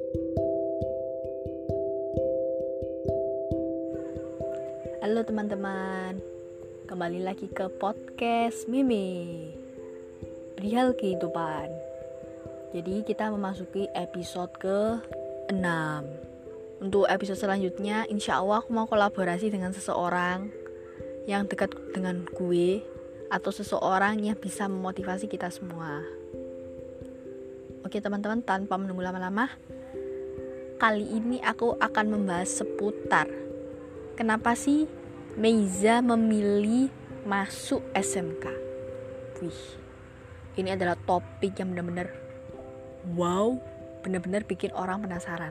Halo teman-teman, kembali lagi ke podcast Mimi Perihal Kehidupan. Jadi kita memasuki episode ke-6. Untuk episode selanjutnya, insya Allah aku mau kolaborasi dengan seseorang yang dekat dengan gue, atau seseorang yang bisa memotivasi kita semua. Oke teman-teman, tanpa menunggu lama-lama, kali ini aku akan membahas seputar kenapa sih Meiza memilih masuk SMK. Wih, ini adalah topik yang benar-benar wow, benar-benar bikin orang penasaran.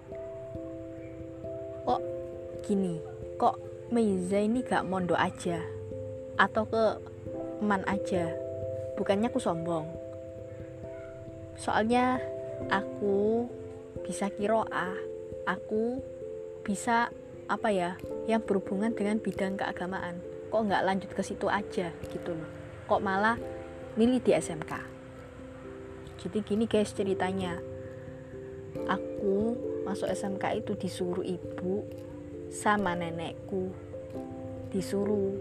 Kok gini, kok Meiza ini gak mondok aja atau ke man aja? Bukannya aku sombong, soalnya aku bisa kiroah, aku bisa yang berhubungan dengan bidang keagamaan. Kok nggak lanjut ke situ aja gitu loh, kok malah milih di SMK. Jadi gini guys ceritanya, aku masuk SMK itu disuruh ibu sama nenekku, disuruh.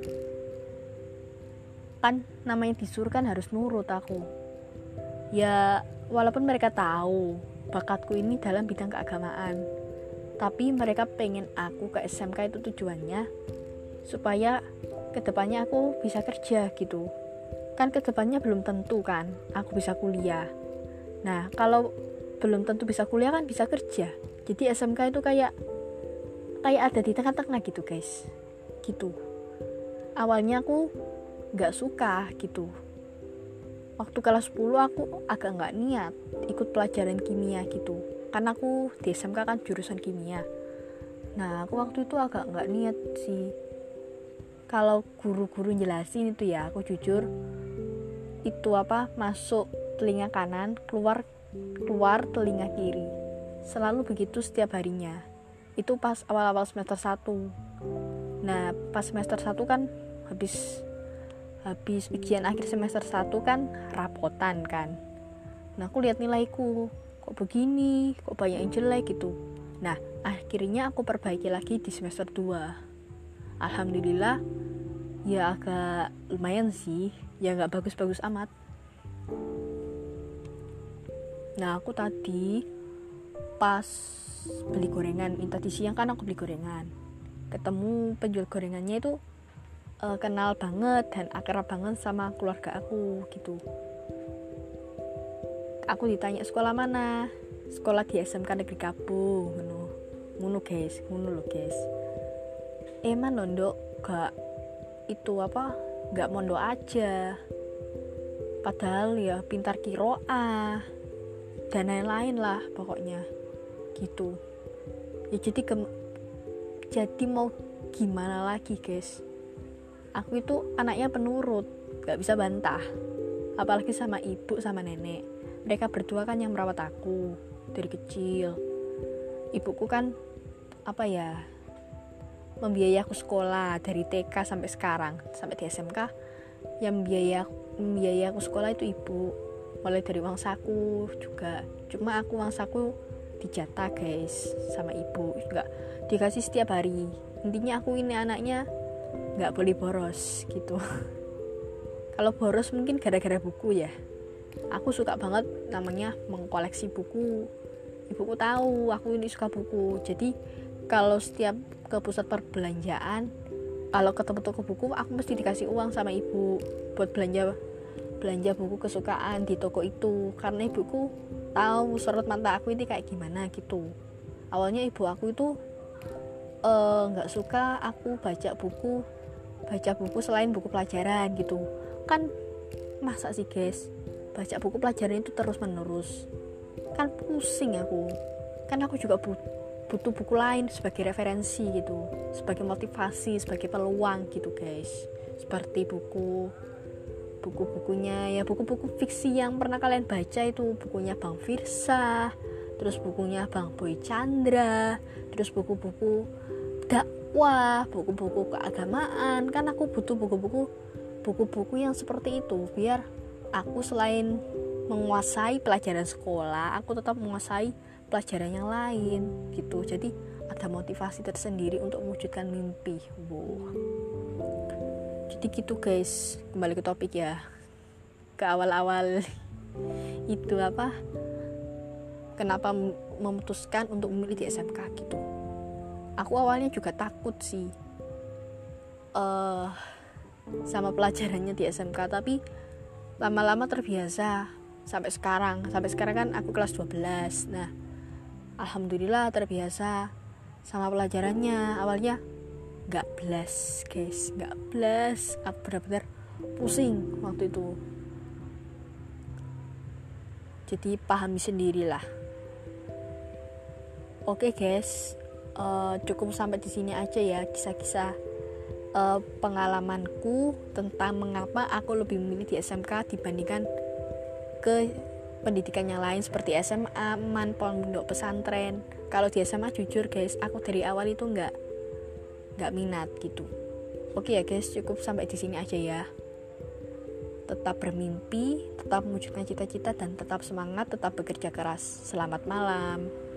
Kan namanya disuruh kan harus nurut aku. Ya walaupun mereka tahu bakatku ini dalam bidang keagamaan, tapi mereka pengen aku ke SMK itu tujuannya supaya kedepannya aku bisa kerja gitu. Kan kedepannya belum tentu kan aku bisa kuliah. Nah kalau belum tentu bisa kuliah kan bisa kerja. Jadi SMK itu kayak ada di tengah-tengah gitu guys. Gitu. Awalnya aku gak suka gitu. Waktu kelas 10 aku agak gak niat ikut pelajaran kimia gitu, karena aku di SMK kan jurusan kimia. Nah aku waktu itu agak gak niat sih. Kalau guru-guru jelasin itu ya aku jujur itu masuk telinga kanan, keluar telinga kiri. Selalu begitu setiap harinya. Itu pas awal-awal semester 1. Nah pas semester 1 kan habis ujian akhir semester 1 kan rapotan kan. Nah aku lihat nilaiku kok begini, kok banyak yang jelek gitu. Nah akhirnya aku perbaiki lagi di semester 2. Alhamdulillah ya agak lumayan sih, ya gak bagus-bagus amat. Nah aku tadi pas beli gorengan, tadi siang kan aku beli gorengan, ketemu penjual gorengannya itu kenal banget dan akrab banget sama keluarga aku gitu. Aku ditanya sekolah mana, sekolah di SMK Negeri Kabu, ngono guys. Eman mondok gak itu gak mondok aja, padahal ya pintar kiroah dan lain-lain lah pokoknya gitu ya. Jadi mau gimana lagi guys, aku itu anaknya penurut, gak bisa bantah, apalagi sama ibu sama nenek. Mereka berdua kan yang merawat aku dari kecil. Ibuku kan membiayai aku sekolah dari TK sampai sekarang, sampai di SMK. Yang membiayai aku sekolah itu ibu, mulai dari uang saku juga. Cuma aku uang saku dijatah guys sama ibu, nggak dikasih setiap hari. Intinya aku ini anaknya nggak boleh boros gitu. Kalau boros mungkin gara-gara buku ya. Aku suka banget namanya mengkoleksi buku. Ibuku tahu aku ini suka buku. Jadi kalau setiap ke pusat perbelanjaan, kalau ketemu toko buku, aku mesti dikasih uang sama ibu buat belanja buku kesukaan di toko itu. Karena ibuku tahu sorot mata aku ini kayak gimana gitu. Awalnya ibu aku itu nggak suka aku baca buku selain buku pelajaran gitu. Kan masa sih guys baca buku pelajaran itu terus menerus, kan pusing aku. Kan aku juga butuh buku lain sebagai referensi gitu, sebagai motivasi, sebagai peluang gitu guys. Seperti buku-bukunya ya, buku-buku fiksi yang pernah kalian baca itu, bukunya Bang Firsa, terus bukunya Bang Boy Chandra, terus buku-buku dakwah, buku-buku keagamaan. Kan aku butuh buku-buku yang seperti itu biar aku selain menguasai pelajaran sekolah, aku tetap menguasai pelajaran yang lain gitu. Jadi ada motivasi tersendiri untuk mewujudkan mimpi. Wow. Jadi gitu guys, kembali ke topik ya, ke awal-awal itu kenapa memutuskan untuk memilih di SMK gitu. Aku awalnya juga takut sih sama pelajarannya di SMK, tapi lama-lama terbiasa sampai sekarang kan aku kelas 12. Nah, alhamdulillah terbiasa sama pelajarannya. Awalnya gak belas guys, aku benar-benar pusing waktu itu. Jadi pahami sendirilah. Oke guys, cukup sampai di sini aja ya kisah-kisah pengalamanku tentang mengapa aku lebih memilih di SMK dibandingkan ke pendidikan yang lain seperti SMA, MAN, pondok pesantren. Kalau di SMA jujur guys, aku dari awal itu nggak minat gitu. Oke ya guys, cukup sampai di sini aja ya. Tetap bermimpi, tetap mewujudkan cita-cita, dan tetap semangat, tetap bekerja keras. Selamat malam.